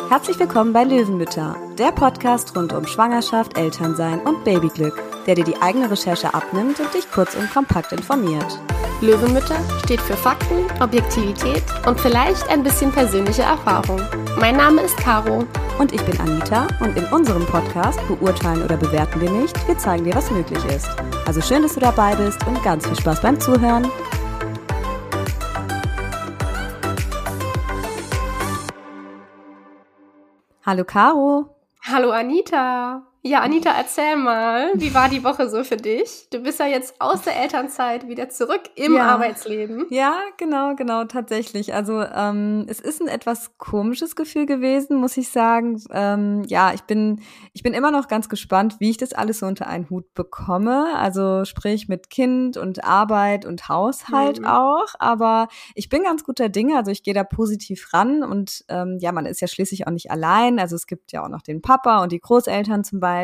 Herzlich willkommen bei Löwenmütter, der Podcast rund um Schwangerschaft, Elternsein und Babyglück, der dir die eigene Recherche abnimmt und dich kurz und kompakt informiert. Löwenmütter steht für Fakten, Objektivität und vielleicht ein bisschen persönliche Erfahrung. Mein Name ist Caro. Und ich bin Anita und in unserem Podcast beurteilen oder bewerten wir nicht, wir zeigen dir, was möglich ist. Also schön, dass du dabei bist und ganz viel Spaß beim Zuhören. Hallo Caro. Hallo Anita. Ja, Anita, erzähl mal, wie war die Woche so für dich? Du bist ja jetzt aus der Elternzeit wieder zurück im Arbeitsleben. Ja, genau, tatsächlich. Also es ist ein etwas komisches Gefühl gewesen, muss ich sagen. Ich bin immer noch ganz gespannt, wie ich das alles so unter einen Hut bekomme. Also sprich mit Kind und Arbeit und Haushalt auch. Aber ich bin ganz guter Dinge, also ich gehe da positiv ran. Und man ist ja schließlich auch nicht allein. Also es gibt ja auch noch den Papa und die Großeltern zum Beispiel.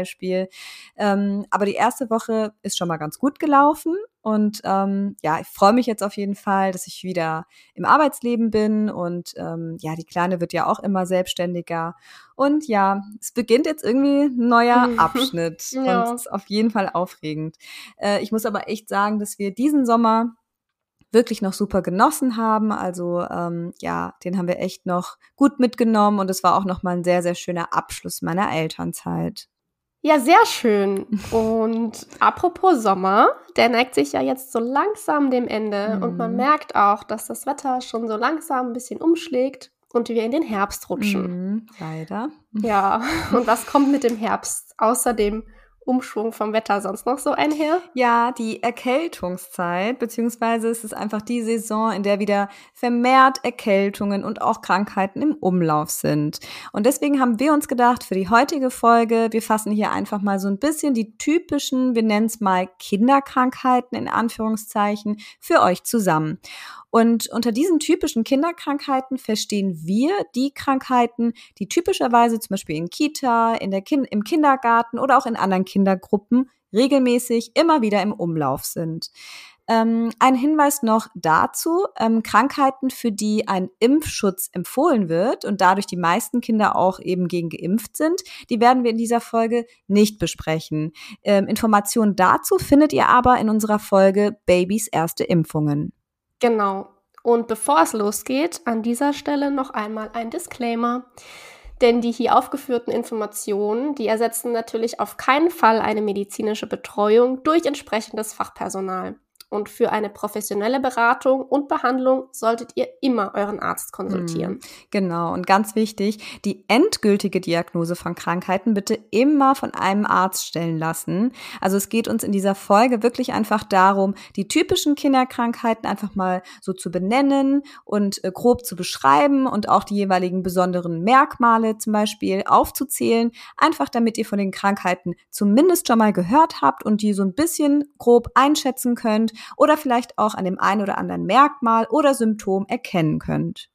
Aber die erste Woche ist schon mal ganz gut gelaufen und ich freue mich jetzt auf jeden Fall, dass ich wieder im Arbeitsleben bin und die Kleine wird ja auch immer selbstständiger und ja, es beginnt jetzt irgendwie ein neuer Abschnitt und es ist auf jeden Fall aufregend. Ich muss aber echt sagen, dass wir diesen Sommer wirklich noch super genossen haben. Also den haben wir echt noch gut mitgenommen und es war auch nochmal ein sehr, sehr schöner Abschluss meiner Elternzeit. Ja, sehr schön. Und apropos Sommer, der neigt sich ja jetzt so langsam dem Ende und man merkt auch, dass das Wetter schon so langsam ein bisschen umschlägt und wir in den Herbst rutschen. Leider. Ja, und was kommt mit dem Herbst außer dem Umschwung vom Wetter sonst noch so einher? Ja, die Erkältungszeit, beziehungsweise es ist einfach die Saison, in der wieder vermehrt Erkältungen und auch Krankheiten im Umlauf sind. Und deswegen haben wir uns gedacht, für die heutige Folge, wir fassen hier einfach mal so ein bisschen die typischen, wir nennen es mal Kinderkrankheiten in Anführungszeichen, für euch zusammen. Und unter diesen typischen Kinderkrankheiten verstehen wir die Krankheiten, die typischerweise zum Beispiel in Kita, im Kindergarten oder auch in anderen Kindergruppen regelmäßig immer wieder im Umlauf sind. Ein Hinweis noch dazu, Krankheiten, für die ein Impfschutz empfohlen wird und dadurch die meisten Kinder auch eben gegen geimpft sind, die werden wir in dieser Folge nicht besprechen. Informationen dazu findet ihr aber in unserer Folge Babys erste Impfungen. Genau. Und bevor es losgeht, an dieser Stelle noch einmal ein Disclaimer. Denn die hier aufgeführten Informationen, die ersetzen natürlich auf keinen Fall eine medizinische Betreuung durch entsprechendes Fachpersonal. Und für eine professionelle Beratung und Behandlung solltet ihr immer euren Arzt konsultieren. Genau, und ganz wichtig, die endgültige Diagnose von Krankheiten bitte immer von einem Arzt stellen lassen. Also es geht uns in dieser Folge wirklich einfach darum, die typischen Kinderkrankheiten einfach mal so zu benennen und grob zu beschreiben und auch die jeweiligen besonderen Merkmale zum Beispiel aufzuzählen, einfach damit ihr von den Krankheiten zumindest schon mal gehört habt und die so ein bisschen grob einschätzen könnt oder vielleicht auch an dem einen oder anderen Merkmal oder Symptom erkennen könnt.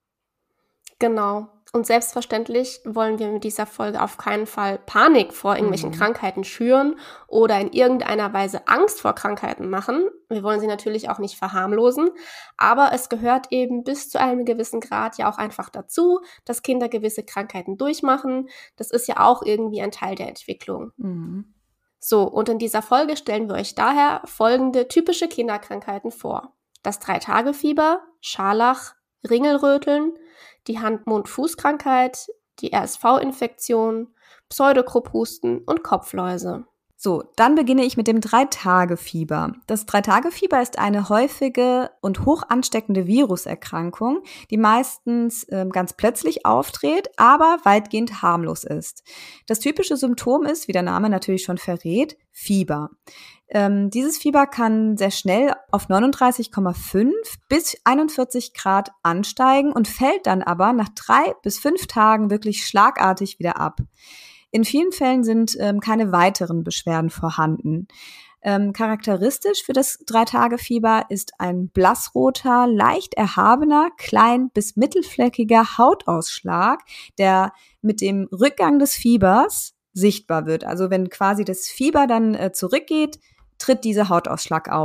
Genau. Und selbstverständlich wollen wir mit dieser Folge auf keinen Fall Panik vor irgendwelchen Krankheiten schüren oder in irgendeiner Weise Angst vor Krankheiten machen. Wir wollen sie natürlich auch nicht verharmlosen, aber es gehört eben bis zu einem gewissen Grad ja auch einfach dazu, dass Kinder gewisse Krankheiten durchmachen. Das ist ja auch irgendwie ein Teil der Entwicklung. So, und in dieser Folge stellen wir euch daher folgende typische Kinderkrankheiten vor. Das 3-Tage-Fieber, Scharlach, Ringelröteln, die Hand-Mund-Fuß-Krankheit, die RSV-Infektion, Pseudokrupphusten und Kopfläuse. So, dann beginne ich mit dem 3-Tage-Fieber. Das 3-Tage-Fieber ist eine häufige und hoch ansteckende Viruserkrankung, die meistens ganz plötzlich auftritt, aber weitgehend harmlos ist. Das typische Symptom ist, wie der Name natürlich schon verrät, Fieber. Dieses Fieber kann sehr schnell auf 39,5 bis 41 Grad ansteigen und fällt dann aber nach 3 bis 5 Tagen wirklich schlagartig wieder ab. In vielen Fällen sind keine weiteren Beschwerden vorhanden. Charakteristisch für das 3-Tage-Fieber ist ein blassroter, leicht erhabener, klein bis mittelfleckiger Hautausschlag, der mit dem Rückgang des Fiebers sichtbar wird. Also wenn quasi das Fieber dann zurückgeht, tritt dieser Hautausschlag auf.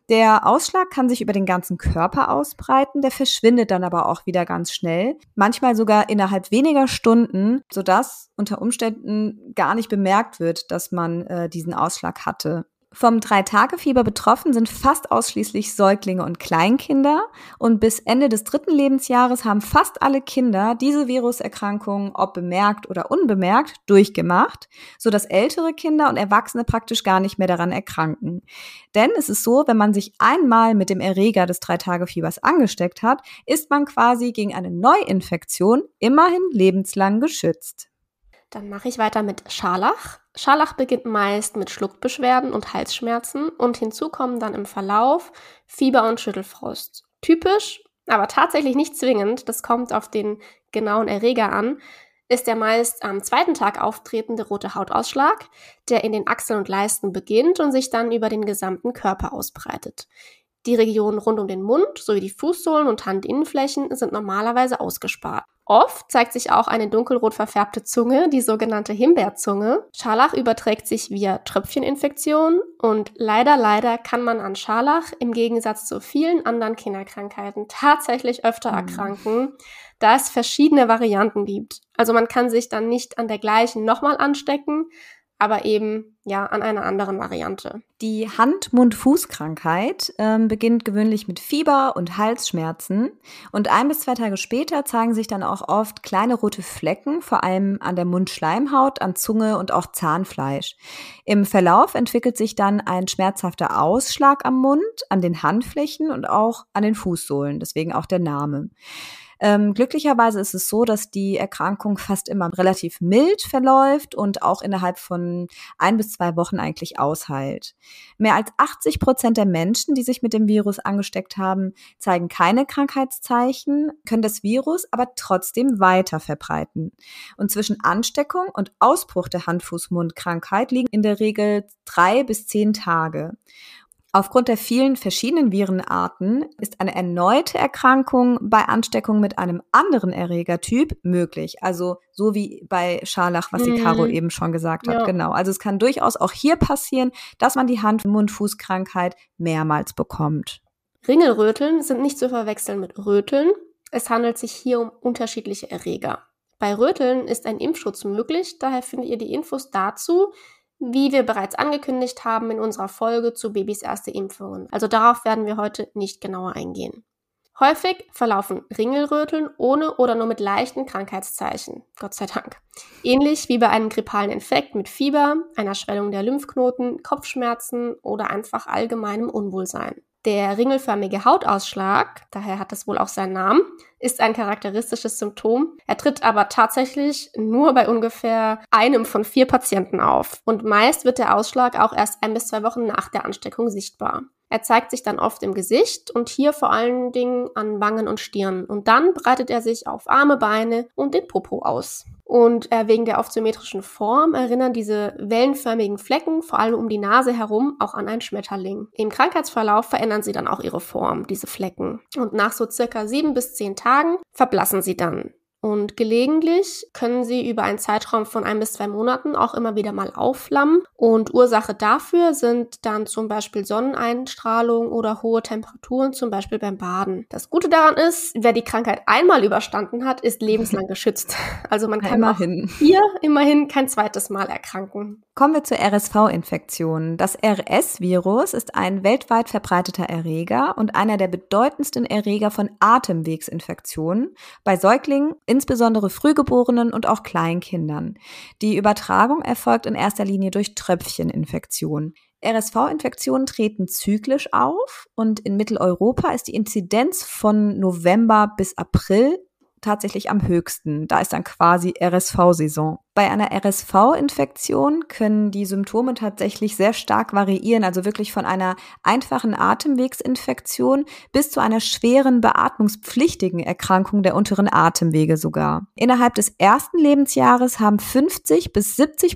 Der Ausschlag kann sich über den ganzen Körper ausbreiten, der verschwindet dann aber auch wieder ganz schnell, manchmal sogar innerhalb weniger Stunden, sodass unter Umständen gar nicht bemerkt wird, dass man diesen Ausschlag hatte. Vom 3-Tage-Fieber betroffen sind fast ausschließlich Säuglinge und Kleinkinder und bis Ende des 3. Lebensjahres haben fast alle Kinder diese Viruserkrankung, ob bemerkt oder unbemerkt, durchgemacht, sodass ältere Kinder und Erwachsene praktisch gar nicht mehr daran erkranken. Denn es ist so, wenn man sich einmal mit dem Erreger des 3-Tage-Fiebers angesteckt hat, ist man quasi gegen eine Neuinfektion immerhin lebenslang geschützt. Dann mache ich weiter mit Scharlach. Scharlach beginnt meist mit Schluckbeschwerden und Halsschmerzen und hinzu kommen dann im Verlauf Fieber und Schüttelfrost. Typisch, aber tatsächlich nicht zwingend, das kommt auf den genauen Erreger an, ist der meist am 2. Tag auftretende rote Hautausschlag, der in den Achseln und Leisten beginnt und sich dann über den gesamten Körper ausbreitet. Die Regionen rund um den Mund sowie die Fußsohlen und Handinnenflächen sind normalerweise ausgespart. Oft zeigt sich auch eine dunkelrot verfärbte Zunge, die sogenannte Himbeerzunge. Scharlach überträgt sich via Tröpfcheninfektion und leider kann man an Scharlach im Gegensatz zu vielen anderen Kinderkrankheiten tatsächlich öfter erkranken, da es verschiedene Varianten gibt. Also man kann sich dann nicht an der gleichen nochmal anstecken, aber eben an einer anderen Variante. Die Hand-Mund-Fuß-Krankheit beginnt gewöhnlich mit Fieber und Halsschmerzen und 1 bis 2 Tage später zeigen sich dann auch oft kleine rote Flecken, vor allem an der Mundschleimhaut, an Zunge und auch Zahnfleisch. Im Verlauf entwickelt sich dann ein schmerzhafter Ausschlag am Mund, an den Handflächen und auch an den Fußsohlen, deswegen auch der Name. Glücklicherweise ist es so, dass die Erkrankung fast immer relativ mild verläuft und auch innerhalb von 1 bis 2 Wochen eigentlich ausheilt. Mehr als 80% der Menschen, die sich mit dem Virus angesteckt haben, zeigen keine Krankheitszeichen, können das Virus aber trotzdem weiter verbreiten. Und zwischen Ansteckung und Ausbruch der Hand-Fuß-Mund-Krankheit liegen in der Regel 3 bis 10 Tage. Aufgrund der vielen verschiedenen Virenarten ist eine erneute Erkrankung bei Ansteckung mit einem anderen Erregertyp möglich. Also so wie bei Scharlach, was die Caro eben schon gesagt hat. Genau. Also es kann durchaus auch hier passieren, dass man die Hand-Mund-Fuß-Krankheit mehrmals bekommt. Ringelröteln sind nicht zu verwechseln mit Röteln. Es handelt sich hier um unterschiedliche Erreger. Bei Röteln ist ein Impfschutz möglich, daher findet ihr die Infos dazu, wie wir bereits angekündigt haben, in unserer Folge zu Babys erste Impfungen. Also darauf werden wir heute nicht genauer eingehen. Häufig verlaufen Ringelröteln ohne oder nur mit leichten Krankheitszeichen, Gott sei Dank. Ähnlich wie bei einem grippalen Infekt mit Fieber, einer Schwellung der Lymphknoten, Kopfschmerzen oder einfach allgemeinem Unwohlsein. Der ringelförmige Hautausschlag, daher hat es wohl auch seinen Namen, ist ein charakteristisches Symptom. Er tritt aber tatsächlich nur bei ungefähr 1 von 4 Patienten auf. Und meist wird der Ausschlag auch erst 1 bis 2 Wochen nach der Ansteckung sichtbar. Er zeigt sich dann oft im Gesicht und hier vor allen Dingen an Wangen und Stirn. Und dann breitet er sich auf Arme, Beine und den Popo aus. Und wegen der oft symmetrischen Form erinnern diese wellenförmigen Flecken, vor allem um die Nase herum, auch an einen Schmetterling. Im Krankheitsverlauf verändern sie dann auch ihre Form, diese Flecken. Und nach so circa 7 bis 10 Tagen verblassen sie dann. Und gelegentlich können sie über einen Zeitraum von 1 bis 2 Monaten auch immer wieder mal aufflammen. Und Ursache dafür sind dann zum Beispiel Sonneneinstrahlung oder hohe Temperaturen, zum Beispiel beim Baden. Das Gute daran ist, wer die Krankheit einmal überstanden hat, ist lebenslang geschützt. Also man kann auch hier immerhin kein zweites Mal erkranken. Kommen wir zur RSV-Infektion. Das RS-Virus ist ein weltweit verbreiteter Erreger und einer der bedeutendsten Erreger von Atemwegsinfektionen bei Säuglingen, insbesondere Frühgeborenen und auch Kleinkindern. Die Übertragung erfolgt in erster Linie durch Tröpfcheninfektion. RSV-Infektionen treten zyklisch auf und in Mitteleuropa ist die Inzidenz von November bis April tatsächlich am höchsten. Da ist dann quasi RSV-Saison. Bei einer RSV-Infektion können die Symptome tatsächlich sehr stark variieren, also wirklich von einer einfachen Atemwegsinfektion bis zu einer schweren beatmungspflichtigen Erkrankung der unteren Atemwege sogar. Innerhalb des ersten Lebensjahres haben 50 bis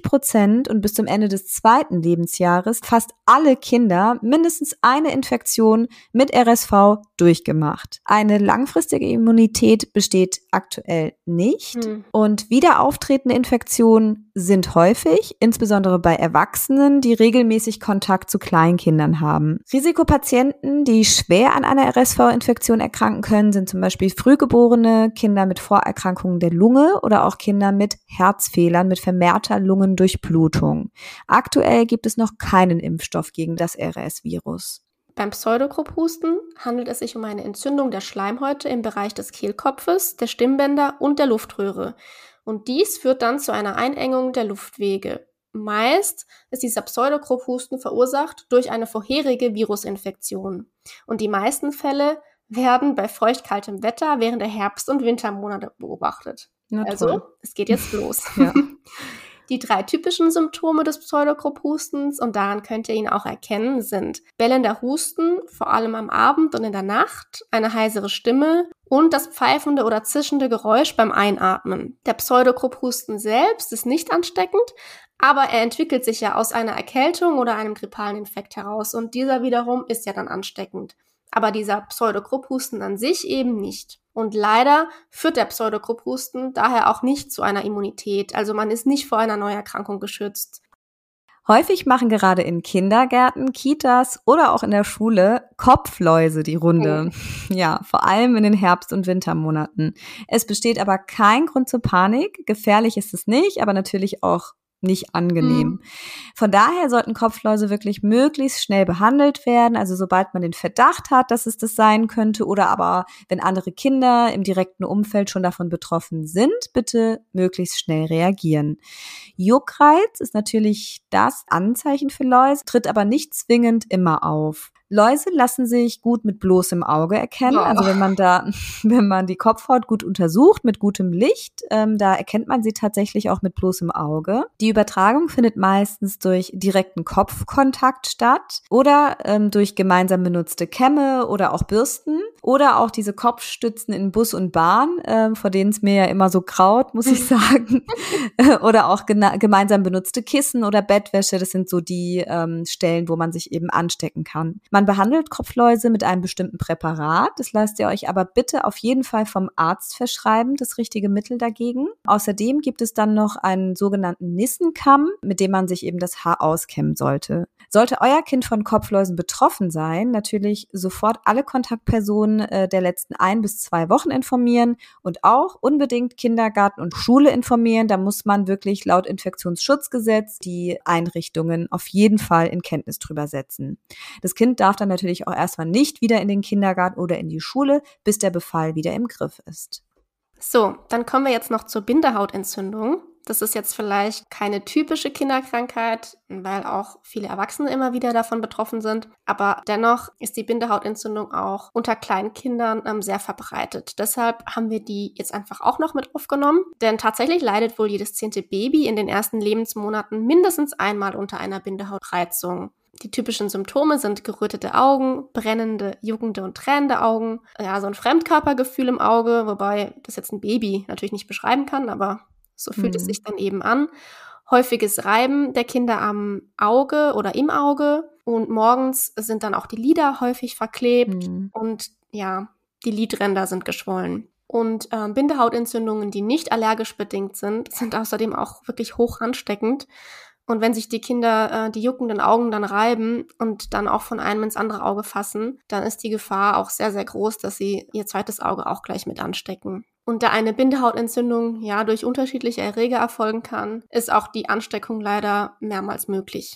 70% und bis zum Ende des zweiten Lebensjahres fast alle Kinder mindestens eine Infektion mit RSV durchgemacht. Eine langfristige Immunität besteht aktuell nicht und wieder auftretende Infektionen Infektionen sind häufig, insbesondere bei Erwachsenen, die regelmäßig Kontakt zu Kleinkindern haben. Risikopatienten, die schwer an einer RSV-Infektion erkranken können, sind zum Beispiel Frühgeborene, Kinder mit Vorerkrankungen der Lunge oder auch Kinder mit Herzfehlern mit vermehrter Lungendurchblutung. Aktuell gibt es noch keinen Impfstoff gegen das RS-Virus. Beim Pseudogrupphusten handelt es sich um eine Entzündung der Schleimhäute im Bereich des Kehlkopfes, der Stimmbänder und der Luftröhre. Und dies führt dann zu einer Einengung der Luftwege. Meist ist dieser Pseudogrupphusten verursacht durch eine vorherige Virusinfektion. Und die meisten Fälle werden bei feuchtkaltem Wetter während der Herbst- und Wintermonate beobachtet. Also, es geht jetzt los. Ja. Die 3 typischen Symptome des Pseudogruppehustens, und daran könnt ihr ihn auch erkennen, sind bellender Husten, vor allem am Abend und in der Nacht, eine heisere Stimme und das pfeifende oder zischende Geräusch beim Einatmen. Der Pseudogrupphusten selbst ist nicht ansteckend, aber er entwickelt sich ja aus einer Erkältung oder einem grippalen Infekt heraus und dieser wiederum ist ja dann ansteckend. Aber dieser Pseudogrupphusten an sich eben nicht. Und leider führt der Pseudogrupphusten daher auch nicht zu einer Immunität. Also man ist nicht vor einer Neuerkrankung geschützt. Häufig machen gerade in Kindergärten, Kitas oder auch in der Schule Kopfläuse die Runde. Ja, vor allem in den Herbst- und Wintermonaten. Es besteht aber kein Grund zur Panik. Gefährlich ist es nicht, aber natürlich auch nicht angenehm. Von daher sollten Kopfläuse wirklich möglichst schnell behandelt werden, also sobald man den Verdacht hat, dass es das sein könnte oder aber wenn andere Kinder im direkten Umfeld schon davon betroffen sind, bitte möglichst schnell reagieren. Juckreiz ist natürlich das Anzeichen für Läuse, tritt aber nicht zwingend immer auf. Läuse lassen sich gut mit bloßem Auge erkennen. Also wenn man die Kopfhaut gut untersucht mit gutem Licht, da erkennt man sie tatsächlich auch mit bloßem Auge. Die Übertragung findet meistens durch direkten Kopfkontakt statt oder durch gemeinsam benutzte Kämme oder auch Bürsten oder auch diese Kopfstützen in Bus und Bahn, vor denen es mir ja immer so graut, muss ich sagen. Oder auch gemeinsam benutzte Kissen oder Bettwäsche. Das sind so die Stellen, wo man sich eben anstecken kann. Man behandelt Kopfläuse mit einem bestimmten Präparat. Das lasst ihr euch aber bitte auf jeden Fall vom Arzt verschreiben, das richtige Mittel dagegen. Außerdem gibt es dann noch einen sogenannten Nissenkamm, mit dem man sich eben das Haar auskämmen sollte. Sollte euer Kind von Kopfläusen betroffen sein, natürlich sofort alle Kontaktpersonen der letzten 1 bis 2 Wochen informieren und auch unbedingt Kindergarten und Schule informieren. Da muss man wirklich laut Infektionsschutzgesetz die Einrichtungen auf jeden Fall in Kenntnis drüber setzen. Das Kind darf dann natürlich auch erstmal nicht wieder in den Kindergarten oder in die Schule, bis der Befall wieder im Griff ist. So, dann kommen wir jetzt noch zur Bindehautentzündung. Das ist jetzt vielleicht keine typische Kinderkrankheit, weil auch viele Erwachsene immer wieder davon betroffen sind. Aber dennoch ist die Bindehautentzündung auch unter Kleinkindern sehr verbreitet. Deshalb haben wir die jetzt einfach auch noch mit aufgenommen. Denn tatsächlich leidet wohl jedes 10. Baby in den ersten Lebensmonaten mindestens einmal unter einer Bindehautreizung. Die typischen Symptome sind gerötete Augen, brennende, juckende und tränende Augen, ja, so ein Fremdkörpergefühl im Auge, wobei das jetzt ein Baby natürlich nicht beschreiben kann, aber so fühlt es sich dann eben an. Häufiges Reiben der Kinder am Auge oder im Auge und morgens sind dann auch die Lider häufig verklebt und ja, die Lidränder sind geschwollen. Und Bindehautentzündungen, die nicht allergisch bedingt sind außerdem auch wirklich hoch ansteckend. Und wenn sich die Kinder die juckenden Augen dann reiben und dann auch von einem ins andere Auge fassen, dann ist die Gefahr auch sehr, sehr groß, dass sie ihr zweites Auge auch gleich mit anstecken. Und da eine Bindehautentzündung ja durch unterschiedliche Erreger erfolgen kann, ist auch die Ansteckung leider mehrmals möglich.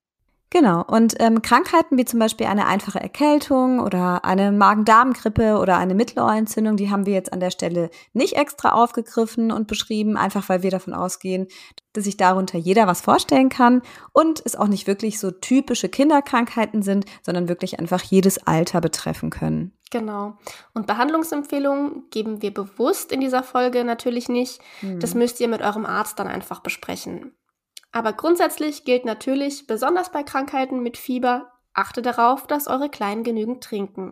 Genau, und Krankheiten wie zum Beispiel eine einfache Erkältung oder eine Magen-Darm-Grippe oder eine Mittelohrentzündung, die haben wir jetzt an der Stelle nicht extra aufgegriffen und beschrieben, einfach weil wir davon ausgehen, dass sich darunter jeder was vorstellen kann und es auch nicht wirklich so typische Kinderkrankheiten sind, sondern wirklich einfach jedes Alter betreffen können. Genau. Und Behandlungsempfehlungen geben wir bewusst in dieser Folge natürlich nicht. Das müsst ihr mit eurem Arzt dann einfach besprechen. Aber grundsätzlich gilt natürlich, besonders bei Krankheiten mit Fieber, achtet darauf, dass eure Kleinen genügend trinken.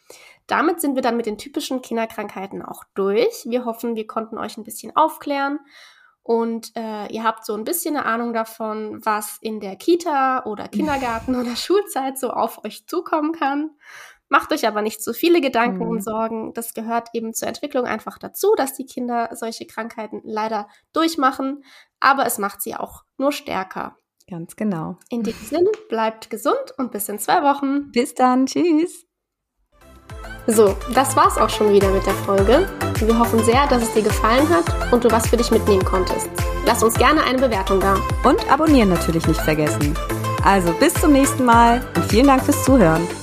Damit sind wir dann mit den typischen Kinderkrankheiten auch durch. Wir hoffen, wir konnten euch ein bisschen aufklären und ihr habt so ein bisschen eine Ahnung davon, was in der Kita oder Kindergarten oder Schulzeit so auf euch zukommen kann. Macht euch aber nicht zu viele Gedanken und Sorgen. Das gehört eben zur Entwicklung einfach dazu, dass die Kinder solche Krankheiten leider durchmachen. Aber es macht sie auch nur stärker. Ganz genau. In diesem Sinn, bleibt gesund und bis in 2 Wochen. Bis dann. Tschüss. So, das war's auch schon wieder mit der Folge. Wir hoffen sehr, dass es dir gefallen hat und du was für dich mitnehmen konntest. Lass uns gerne eine Bewertung da. Und abonnieren natürlich nicht vergessen. Also bis zum nächsten Mal und vielen Dank fürs Zuhören.